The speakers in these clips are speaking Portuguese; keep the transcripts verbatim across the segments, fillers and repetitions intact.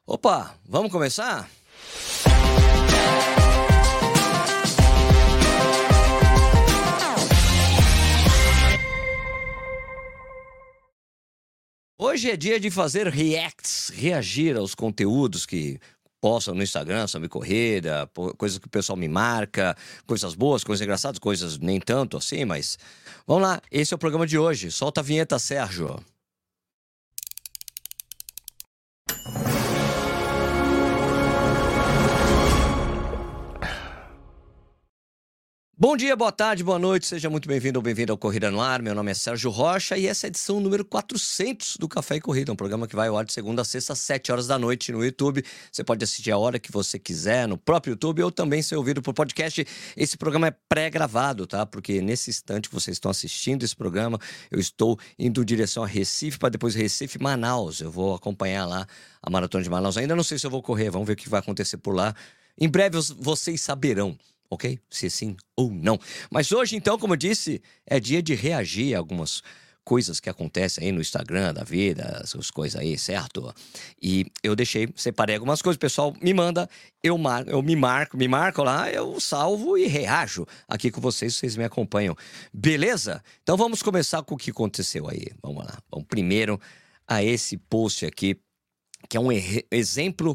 Opa, vamos começar? Hoje é dia de fazer reacts, reagir aos conteúdos que postam no Instagram sobre corrida, coisas que o pessoal me marca, coisas boas, coisas engraçadas, coisas nem tanto assim, mas... Vamos lá, esse é o programa de hoje. Solta a vinheta, Sérgio. Bom dia, boa tarde, boa noite, seja muito bem-vindo ou bem-vindo ao Corrida no Ar. Meu nome é Sérgio Rocha e essa é a edição número quatrocentos do Café e Corrida, um programa que vai ao ar de segunda a sexta às sete horas da noite no YouTube. Você pode assistir a hora que você quiser no próprio YouTube ou também ser ouvido por podcast. Esse programa é pré-gravado, tá? Porque nesse instante que vocês estão assistindo esse programa, eu estou indo em direção a Recife, para depois Recife e Manaus. Eu vou acompanhar lá a Maratona de Manaus. Ainda não sei se eu vou correr, vamos ver o que vai acontecer por lá. Em breve vocês saberão. Ok? Se sim ou não. Mas hoje, então, como eu disse, é dia de reagir a algumas coisas que acontecem aí no Instagram da vida, essas coisas aí, certo? E eu deixei, separei algumas coisas, o pessoal me manda, eu, mar, eu me marco, me marco lá, eu salvo e reajo aqui com vocês, vocês me acompanham. Beleza? Então vamos começar com o que aconteceu aí. Vamos lá. Vamos primeiro a esse post aqui, que é um exemplo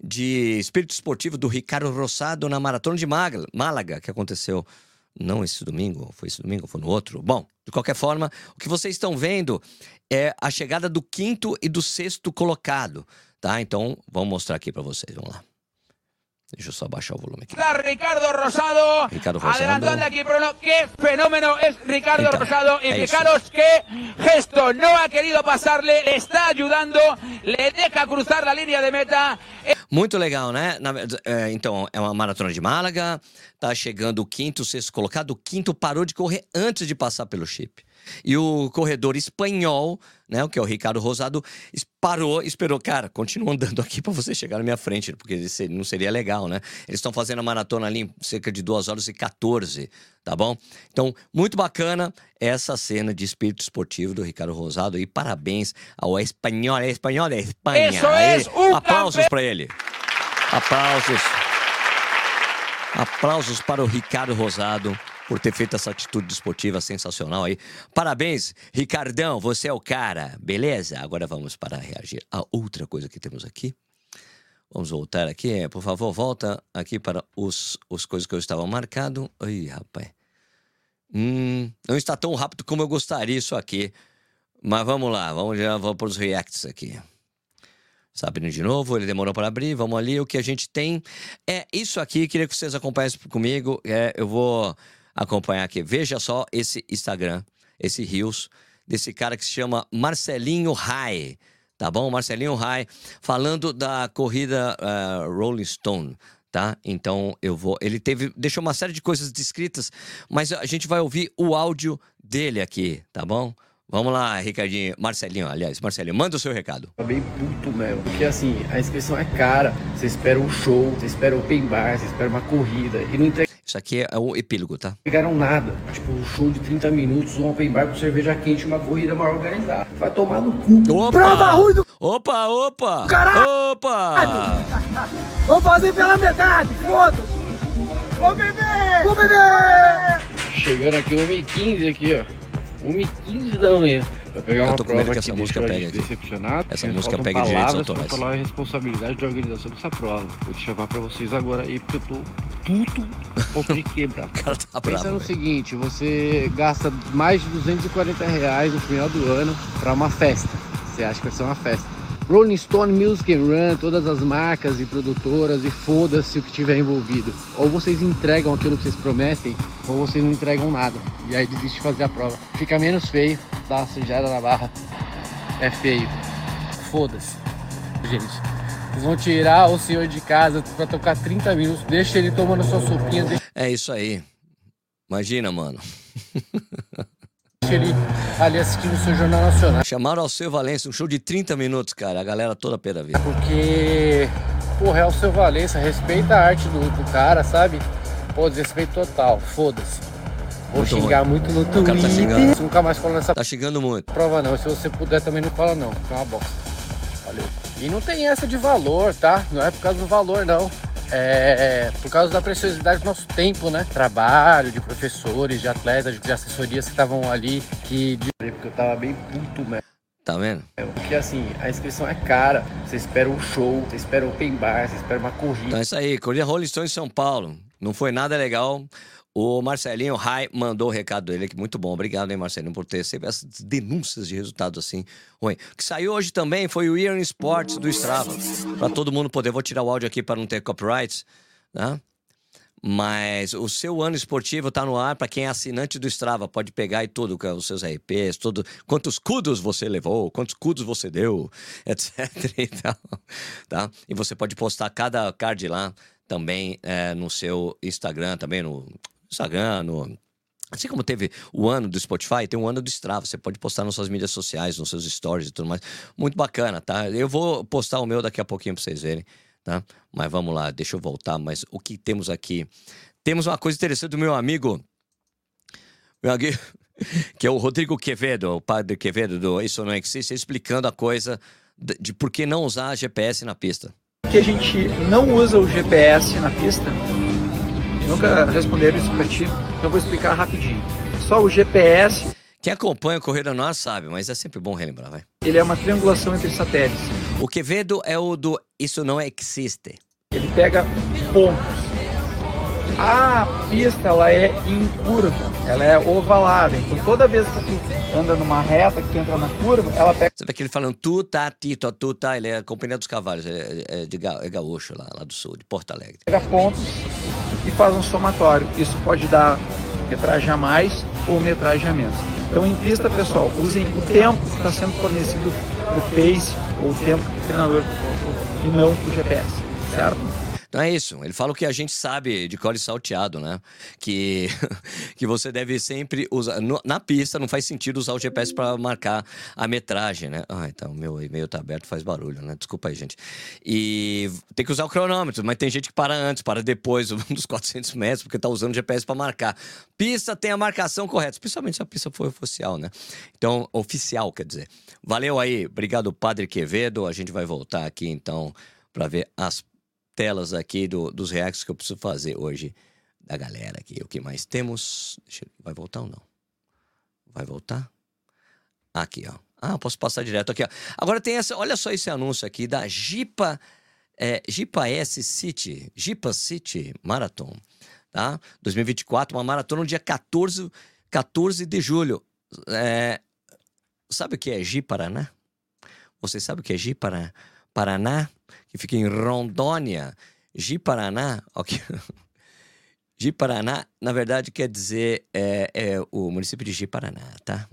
de espírito esportivo do Ricardo Rosado na Maratona de Málaga, que aconteceu não esse domingo, foi esse domingo, foi no outro. Bom, de qualquer forma, o que vocês estão vendo é a chegada do quinto e do sexto colocado, tá? Então, vamos mostrar aqui para vocês, vamos lá. Deixa eu só baixar o volume aqui. Ricardo Rosado, Ricardo Rosado. Adelantando aquí, pero qué fenómeno es Ricardo Então, Rosado. Y é fijaros isso. qué gesto, no ha querido pasarle, le está ayudando, le deja cruzar la línea de meta. Muito legal, né? Na, é, então, é uma maratona de Málaga, tá chegando o quinto, o sexto colocado. O quinto parou de correr antes de passar pelo chip. E o corredor espanhol, né, o que é o Ricardo Rosado, parou, esperou, cara, continua andando aqui para você chegar na minha frente, porque não seria legal, né? Eles estão fazendo a maratona ali em cerca de duas horas e quatorze, tá bom? Então, muito bacana essa cena de espírito esportivo do Ricardo Rosado e parabéns ao espanhol, é espanhol, é Espanha. Isso é um aplausos para ele. Aplausos. Aplausos para o Ricardo Rosado por ter feito essa atitude esportiva sensacional aí. Parabéns, Ricardão, você é o cara, beleza? Agora vamos para reagir a outra coisa que temos aqui. Vamos voltar aqui, por favor, volta aqui para os, os coisas que eu estava marcado. Ai, rapaz. Hum, não está tão rápido como eu gostaria isso aqui. Mas vamos lá, vamos, já, vamos para os reacts aqui. Está abrindo de novo, ele demorou para abrir, vamos ali. O que a gente tem é isso aqui, queria que vocês acompanhassem comigo. É, eu vou acompanhar aqui. Veja só esse Instagram, esse Reels, desse cara que se chama Marcelinho Rai, tá bom? Marcelinho Rai, falando da corrida uh, Rolling Stone, tá? Então eu vou... Ele teve... deixou uma série de coisas descritas, mas a gente vai ouvir o áudio dele aqui, tá bom? Vamos lá, Ricardinho. Marcelinho, aliás, Marcelinho, manda o seu recado. Tá bem puto mesmo, porque assim, a inscrição é cara, você espera um show, você espera um open bar, você espera uma corrida e não entrega. Isso aqui é o epílogo, tá? Não pegaram nada. Tipo, um show de trinta minutos, um open bar com cerveja quente e uma corrida mal organizada. Vai tomar no cu. Opa! Prova ruim do... Opa, opa! Caralho! Opa! Vou fazer pela metade, foda-se! Vou beber! Vou beber! Chegando aqui uma e quinze aqui, ó. uma e quinze da manhã. Vai pegar uma eu tô com medo prova que essa que música deixou a pegue gente aqui. decepcionado. Essa mas música faltam pega direitos palavras autorais. pra falar a responsabilidade de organização dessa prova. Vou te chamar pra vocês agora aí, porque eu tô puto, ponto de quebrar. O cara tá Pensa bravo, no velho. seguinte, você gasta mais de duzentos e quarenta reais no final do ano pra uma festa. Você acha que vai ser uma festa. Rolling Stone Music and Run, todas as marcas e produtoras, e foda-se o que tiver envolvido. Ou vocês entregam aquilo que vocês prometem, ou vocês não entregam nada. E aí desiste de fazer a prova. Fica menos feio, dá uma sujada na barra. É feio. Foda-se. Gente, vocês vão tirar o senhor de casa pra tocar trinta minutos, deixa ele tomando sua sopinha, deixa É isso aí. Imagina, mano. ele ali assistindo o seu Jornal Nacional. Chamaram Alceu Valença, um show de trinta minutos, cara. A galera toda pé da vida. Porque, porra, é o seu Valença, respeita a arte do, do cara, sabe? Pô, desrespeito total, foda-se. Vou Muito xingar ruim. muito no O cara tá Twitter. xingando. Você nunca mais cola nessa Tá xingando muito. prova não. Se você puder também não cola não, que é uma bosta. Valeu. E não tem essa de valor, tá? Não é por causa do valor, não. É por causa da preciosidade do nosso tempo, né? Trabalho, de professores, de atletas, de assessorias que estavam ali, que... Porque eu tava bem puto, né? Tá vendo? Porque assim, a inscrição é cara, você espera um show, você espera um open bar, você espera uma corrida. Então é isso aí, corrida Rolling Stones em São Paulo. Não foi nada legal. O Marcelinho Rai mandou o recado dele aqui. Muito bom. Obrigado, hein, Marcelinho, por ter sempre essas denúncias de resultados assim ruim. O que saiu hoje também foi o Year in Sports do Strava. Pra todo mundo poder. Vou tirar o áudio aqui para não ter copyrights, né? Mas o seu ano esportivo tá no ar para quem é assinante do Strava. Pode pegar e tudo, os seus R Ps, tudo, quantos cudos você levou, quantos cudos você deu, etcétera. E, tal, tá? E você pode postar cada card lá também é, no seu Instagram, também no Instagram, no... Assim como teve o ano do Spotify, tem o ano do Strava. Você pode postar nas suas mídias sociais, nos seus stories e tudo mais. Muito bacana, tá? Eu vou postar o meu daqui a pouquinho para vocês verem. Tá? Mas vamos lá, deixa eu voltar. Mas o que temos aqui? Temos uma coisa interessante do meu amigo, meu amigo que é o Rodrigo Quevedo, o padre Quevedo do Isso Não Existe, explicando a coisa de, de por que não usar G P S na pista. Que a gente não usa o G P S na pista? Nunca responderam isso pra ti, então eu vou explicar rapidinho. Só o G P S... Quem acompanha a Corrida no Ar sabe, mas é sempre bom relembrar, vai. Ele é uma triangulação entre satélites. O Quevedo é o do Isso Não Existe. Ele pega pontos. A pista, ela é em curva, ela é ovalada. Então toda vez que tu anda numa reta, que tu entra na curva, ela pega... Você vê que ele falando tu, tá, tito, tu, tá, ele é a Companhia dos Cavalos, é, é, de, é gaúcho lá, lá do sul, de Porto Alegre. Pega pontos e faz um somatório. Isso pode dar metragem a mais ou metragem a menos. Então, em pista, pessoal, usem o tempo que está sendo fornecido no Pace ou o tempo que o treinador e não o G P S, certo? Então é isso, ele fala o que a gente sabe de cor e salteado, né? Que, que você deve sempre usar... No, na pista não faz sentido usar o G P S para marcar a metragem, né? Ah, então meu e-mail tá aberto, faz barulho, né? Desculpa aí, gente. E tem que usar o cronômetro, mas tem gente que para antes, para depois dos quatrocentos metros, porque tá usando o G P S para marcar. Pista tem a marcação correta, especialmente se a pista for oficial, né? Então, oficial, quer dizer. Valeu aí, obrigado, Padre Quevedo. A gente vai voltar aqui, então, para ver as telas aqui do, dos reacts que eu preciso fazer hoje da galera aqui. O que mais temos? Deixa eu... Vai voltar ou não? Vai voltar? Aqui, ó. Ah, posso passar direto aqui, ó. Agora tem essa... Olha só esse anúncio aqui da Jipa... É, Jipa S City. Jipa City Marathon. Tá? dois mil e vinte e quatro, uma maratona no dia quatorze, quatorze de julho. É... Sabe o que é Ji-Paraná? Você sabe o que é Ji-Paraná? Paraná, que fica em Rondônia. Ji-Paraná, ok. Ji-Paraná, na verdade, quer dizer é, é o município de Ji-Paraná, tá?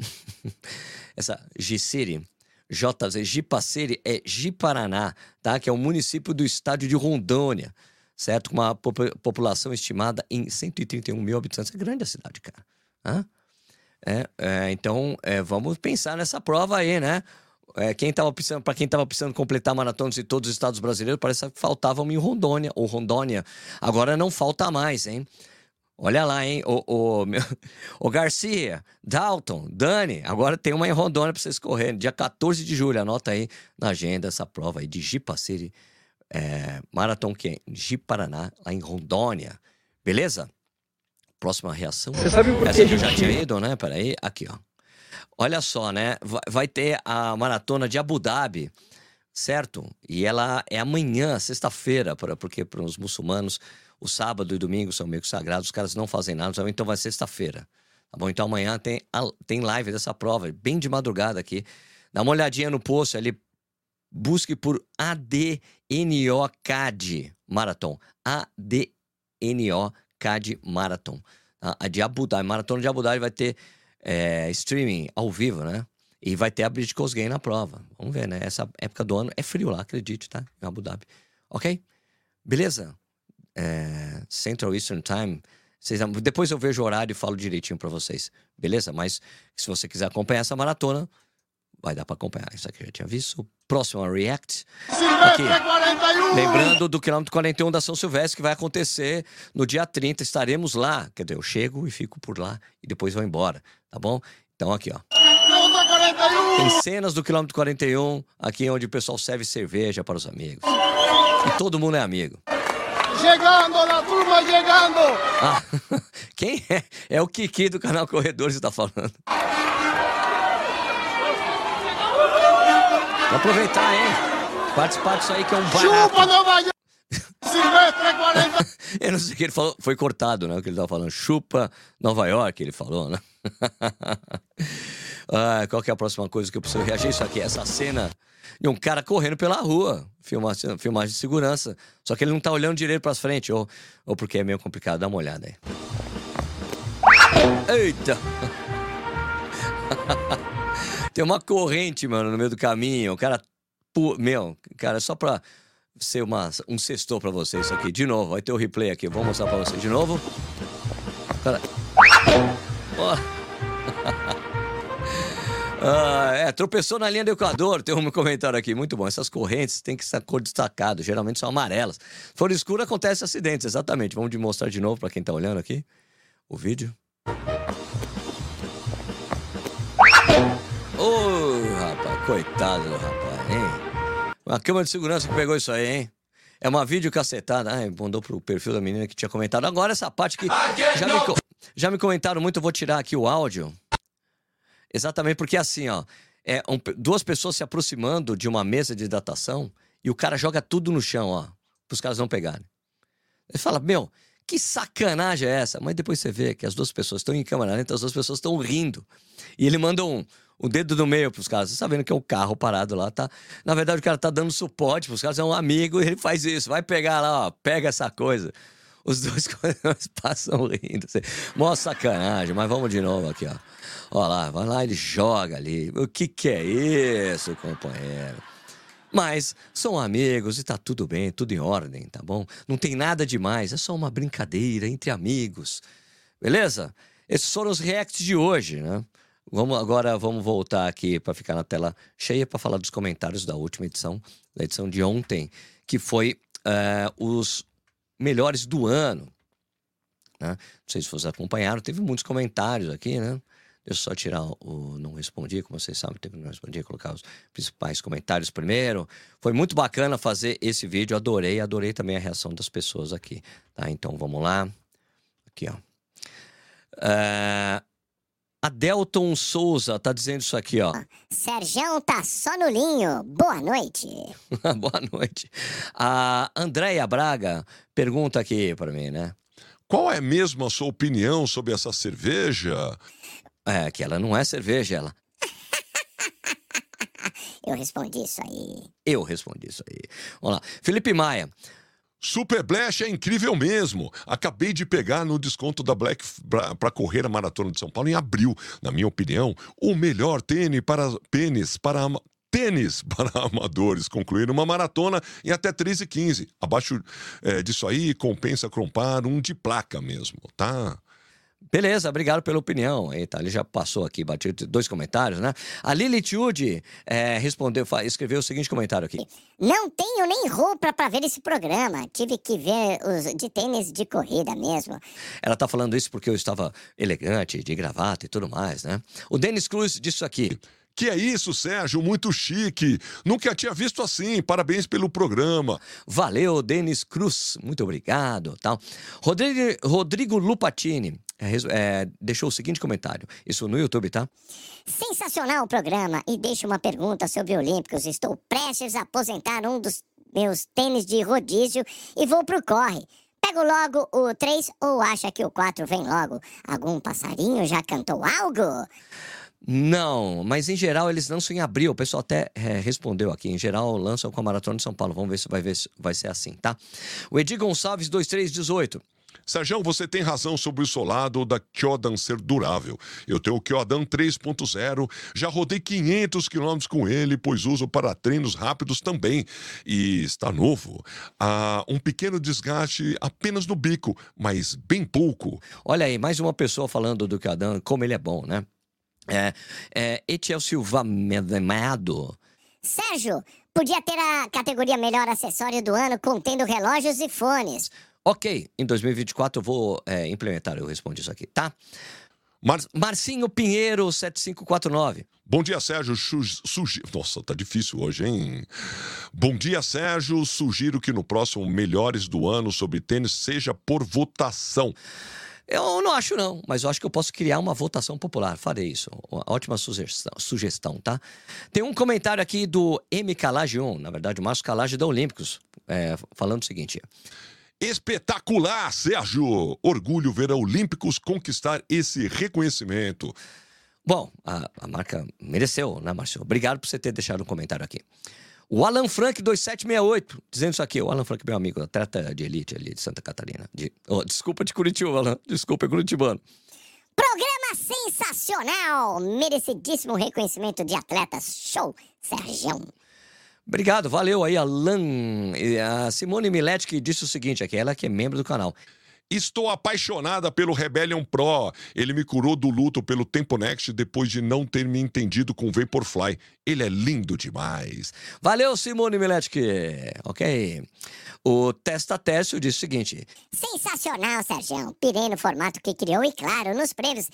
Essa Ji-City, J Z, Jipa-City é Ji-Paraná, tá? Que é o município do estado de Rondônia, certo? Com uma pop- população estimada em cento e trinta e um mil habitantes. É grande a cidade, cara. Hã? É, é, então, é, vamos pensar nessa prova aí, né? É, quem tava precisando, para quem estava precisando completar maratonas de todos os estados brasileiros, parece que faltavam em Rondônia, ou Rondônia. Agora não falta mais, hein? Olha lá, hein? O, o, meu, o Garcia, Dalton, Dani, agora tem uma em Rondônia para vocês correrem. Dia quatorze de julho, anota aí na agenda essa prova aí de Jipa-City, é, Marathon que Ji-Paraná, lá em Rondônia. Beleza? Próxima reação. Você sabe por que Essa a que eu gente... já tinha ido, né? Peraí, aqui, ó. Olha só, né? Vai ter a maratona de Abu Dhabi, certo? E ela é amanhã, sexta-feira, porque para os muçulmanos, o sábado e domingo são meio que sagrados, os caras não fazem nada, então vai sexta-feira. Tá bom? Então amanhã tem, tem live dessa prova, bem de madrugada aqui. Dá uma olhadinha no post ali, busque por A D N O C A D Marathon. A D N O C A D Marathon. A de Abu Dhabi, maratona de Abu Dhabi vai ter é, streaming ao vivo, né? E vai ter a British Coast Game na prova. Vamos ver, né? Essa época do ano é frio lá, acredite, tá? Em Abu Dhabi. Ok? Beleza? É, Central Eastern Time. Vocês, depois eu vejo o horário e falo direitinho pra vocês. Beleza? Mas se você quiser acompanhar essa maratona, vai dar pra acompanhar. Isso aqui eu já tinha visto. O próximo é React. Aqui. Lembrando do quilômetro quarenta e um da São Silvestre, que vai acontecer no dia trinta. Estaremos lá. Quer dizer, eu chego e fico por lá e depois vou embora. Tá bom? Então aqui, ó. Tem cenas do quilômetro quarenta e um, aqui onde o pessoal serve cerveja para os amigos. E todo mundo é amigo. Chegando, a turma chegando! Ah, quem é? É o Kiki do canal Corredores que tá falando. Vou aproveitar, hein? Participar disso aí que é um barato. Chupa, Nova York! Silvestre quarenta! Eu não sei o que ele falou. Foi cortado, né? O que ele tava falando. Chupa Nova York, ele falou, né? Ah, qual que é a próxima coisa que eu preciso reagir? Isso aqui, essa cena de um cara correndo pela rua. Filmagem, filmagem de segurança. Só que ele não tá olhando direito pra frente. Ou, ou porque é meio complicado. Dá uma olhada aí. Eita! Tem uma corrente, mano, no meio do caminho. O cara... Pu... Meu, cara, só pra ser uma, um sextou pra vocês isso aqui. De novo, vai ter o replay aqui. Vou mostrar pra vocês de novo. Cara... Oh. Ah, é, tropeçou na linha do Equador. Tem um comentário aqui, muito bom. Essas correntes têm que ser cor destacada, geralmente são amarelas. Se for escuro, acontece acidentes, exatamente. Vamos mostrar de novo para quem tá olhando aqui o vídeo. Ô, oh, rapaz, coitado do rapaz, hein? Uma câmera de segurança que pegou isso aí, hein? É uma videocacetada. Ai, mandou pro perfil da menina que tinha comentado. Agora essa parte que já me, já me comentaram muito, eu vou tirar aqui o áudio. Exatamente, porque assim, ó, é um, duas pessoas se aproximando de uma mesa de hidratação e o cara joga tudo no chão, ó, pros caras não pegarem. Ele fala, meu, que sacanagem é essa? Mas depois você vê que as duas pessoas estão em câmera lenta, as duas pessoas estão rindo. E ele manda um, um dedo no meio pros caras. Você tá vendo que é um carro parado lá, tá? Na verdade, o cara tá dando suporte pros caras, é um amigo, e ele faz isso. Vai pegar lá, ó, pega essa coisa. Os dois passam rindo. Assim. Mó sacanagem, mas vamos de novo aqui, ó. Ó lá, vai lá, ele joga ali. O que que é isso, companheiro? Mas são amigos e tá tudo bem, tudo em ordem, tá bom? Não tem nada demais, é só uma brincadeira entre amigos. Beleza? Esses foram os reacts de hoje, né? Vamos, agora vamos voltar aqui para ficar na tela cheia para falar dos comentários da última edição, da edição de ontem, que foi uh, os melhores do ano, né? Não sei se vocês acompanharam, teve muitos comentários aqui, né? Deixa eu só tirar o não respondi, como vocês sabem, teve não respondi, colocar os principais comentários primeiro. Foi muito bacana fazer esse vídeo, adorei, adorei também a reação das pessoas aqui, tá? Então vamos lá, aqui ó. Uh, a Delton Souza tá dizendo isso aqui, ó. Serjão tá só no linho. Boa noite. Boa noite. A Andréia Braga pergunta aqui pra mim, né? Qual é mesmo a sua opinião sobre essa cerveja? É, que ela não é cerveja, ela... Eu respondi isso aí. Eu respondi isso aí. Vamos lá. Felipe Maia. Super Blast é incrível mesmo. Acabei de pegar no desconto da Black para correr a Maratona de São Paulo em abril. Na minha opinião, o melhor tênis para pênis para tênis para amadores. Concluir uma maratona em até três e quinze. Abaixo é, disso aí, compensa comprar um de placa mesmo, tá? Beleza, obrigado pela opinião. Eita, ele já passou aqui, bateu dois comentários, né? A Lilitude é, respondeu, escreveu o seguinte comentário aqui. Não tenho nem roupa pra ver esse programa. Tive que ver os de tênis de corrida mesmo. Ela tá falando isso porque eu estava elegante, de gravata e tudo mais, né? O Denis Cruz disse isso aqui. Que é isso, Sérgio? Muito chique. Nunca tinha visto assim. Parabéns pelo programa. Valeu, Denis Cruz. Muito obrigado. Tal. Rodrigo, Rodrigo Lupatini é, é, deixou o seguinte comentário. Isso no YouTube, tá? Sensacional o programa. E deixo uma pergunta sobre Olímpicos. Estou prestes a aposentar um dos meus tênis de rodízio e vou pro corre. Pego logo o três ou acha que o quatro vem logo? Algum passarinho já cantou algo? Não, mas em geral eles lançam em abril. O pessoal até é, respondeu aqui. Em geral lançam com a Maratona de São Paulo. Vamos ver se vai, ver se vai ser assim, tá? O Edi Gonçalves dois três um oito. Sérgio, você tem razão sobre o solado da Kyodan ser durável. Eu tenho o Kyodan três ponto zero, já rodei quinhentos quilômetros com ele, pois uso para treinos rápidos também. E está novo. Há um pequeno desgaste apenas no bico, mas bem pouco. Olha aí, mais uma pessoa falando do Kyodan, como ele é bom, né? É, é, Etiel Silva Medemado. Sérgio, podia ter a categoria melhor acessório do ano contendo relógios e fones. Ok, em dois mil e vinte e quatro eu vou é, implementar, eu respondo isso aqui, tá? Mar... Marcinho Pinheiro, sete cinco quatro nove. Bom dia, Sérgio. Su- sugi- Nossa, tá difícil hoje, hein? Bom dia, Sérgio. Sugiro que no próximo Melhores do Ano sobre tênis seja por votação. Eu não acho não, mas eu acho que eu posso criar uma votação popular. Farei isso. Uma ótima sugestão, sugestão, tá? Tem um comentário aqui do M. Calage um, na verdade, o Márcio Calage da Olímpicos, é, falando o seguinte... Espetacular, Sérgio! Orgulho ver a Olímpicos conquistar esse reconhecimento. Bom, a, a marca mereceu, né, Márcio? Obrigado por você ter deixado um comentário aqui. O Alan Frank dois sete seis oito, dizendo isso aqui. O Alan Frank, meu amigo, atleta de elite ali de Santa Catarina. De, oh, desculpa de Curitiba, Alan. Desculpa, é curitibano. Programa sensacional! Merecidíssimo reconhecimento de atletas. Show, Sergião. Obrigado, valeu aí, Alan. E a Simone Milete que disse o seguinte aqui, ela que é membro do canal. Estou apaixonada pelo Rebellion Pro. Ele me curou do luto pelo Tempo Next depois de não ter me entendido com o Vaporfly. Ele é lindo demais. Valeu, Simone Milete, ok. O Testa Tércio disse o seguinte. Sensacional, Sergião. Pirei no formato que criou e, claro, nos prêmios.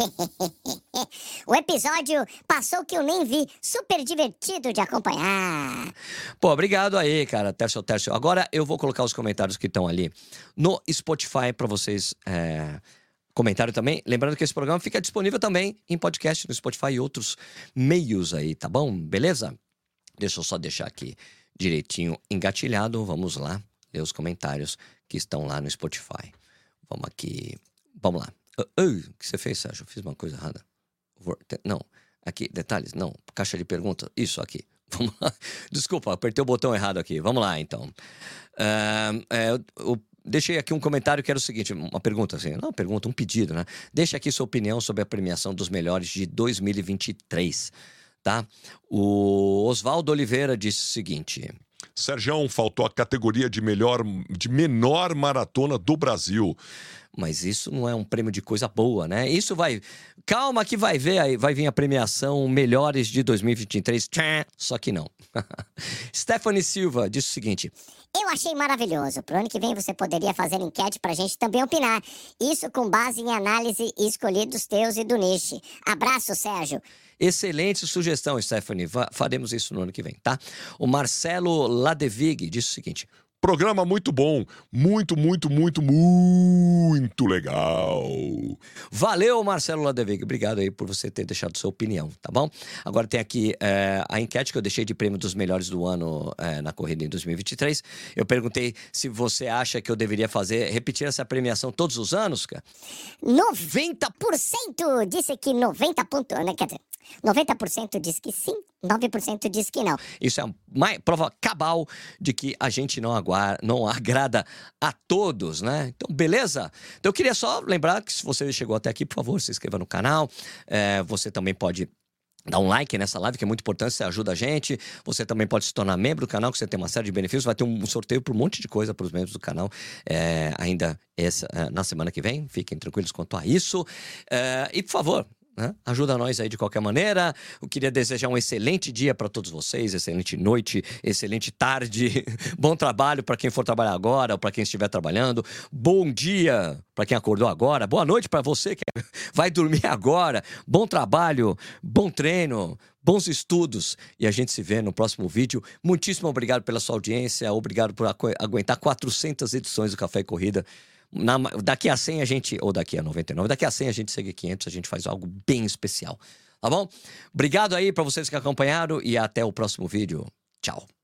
O episódio passou que eu nem vi. Super divertido de acompanhar. Pô, obrigado aí, cara, Tércio Tércio. Agora eu vou colocar os comentários que estão ali no Spotify para vocês é, comentário também. Lembrando que esse programa fica disponível também em podcast no Spotify e outros meios aí, tá bom? Beleza? Deixa eu só deixar aqui direitinho engatilhado. Vamos lá ler os comentários que estão lá no Spotify. Vamos aqui. Vamos lá. Uh, uh, o que você fez, Sérgio? Eu fiz uma coisa errada. Não. Aqui, detalhes. Não. Caixa de perguntas. Isso aqui. Vamos lá. Desculpa, apertei o botão errado aqui. Vamos lá, então. Uh, é, eu, eu deixei aqui um comentário que era o seguinte, uma pergunta assim, não uma pergunta, um pedido, né? Deixa aqui sua opinião sobre a premiação dos melhores de dois mil e vinte e três, tá? O Oswaldo Oliveira disse o seguinte... Sergião, faltou a categoria de, melhor, de menor maratona do Brasil. Mas isso não é um prêmio de coisa boa, né? Isso vai... Calma que vai ver aí, vai vir a premiação Melhores de dois mil e vinte e três. Tchá, só que não. Stephanie Silva disse o seguinte... Eu achei maravilhoso. Pro ano que vem você poderia fazer enquete pra gente também opinar. Isso com base em análise e escolhidos teus e do Niche. Abraço, Sérgio. Excelente sugestão, Stephanie. Va- faremos isso no ano que vem, tá? O Marcelo Ladevig disse o seguinte... Programa muito bom. Muito, muito, muito, muito legal. Valeu, Marcelo Ladevig. Obrigado aí por você ter deixado sua opinião, tá bom? Agora tem aqui é, a enquete que eu deixei de prêmio dos melhores do ano é, na corrida em dois mil e vinte e três. Eu perguntei se você acha que eu deveria fazer, repetir essa premiação todos os anos, cara. noventa por cento disse que noventa por cento... Né, quer dizer, noventa por cento diz que sim, nove por cento diz que não. Isso é uma prova cabal de que a gente não, aguarda, não agrada a todos, né? Então, beleza? Então, eu queria só lembrar que se você chegou até aqui, por favor, se inscreva no canal. É, você também pode... Dá um like nessa live, que é muito importante, você ajuda a gente. Você também pode se tornar membro do canal, que você tem uma série de benefícios. Vai ter um sorteio por um monte de coisa para os membros do canal é, ainda essa, é, na semana que vem. Fiquem tranquilos quanto a isso. É, e, por favor... Né? Ajuda nós aí de qualquer maneira. Eu queria desejar um excelente dia para todos vocês, excelente noite, excelente tarde, bom trabalho para quem for trabalhar agora ou para quem estiver trabalhando, bom dia para quem acordou agora, boa noite para você que vai dormir agora, bom trabalho, bom treino, bons estudos e a gente se vê no próximo vídeo. Muitíssimo obrigado pela sua audiência, obrigado por agu- aguentar quatrocentas edições do Café e Corrida. Na, daqui a cem a gente, ou daqui a noventa e nove, daqui a cem a gente segue quinhentos, a gente faz algo bem especial, tá bom? Obrigado aí para vocês que acompanharam e até o próximo vídeo. Tchau.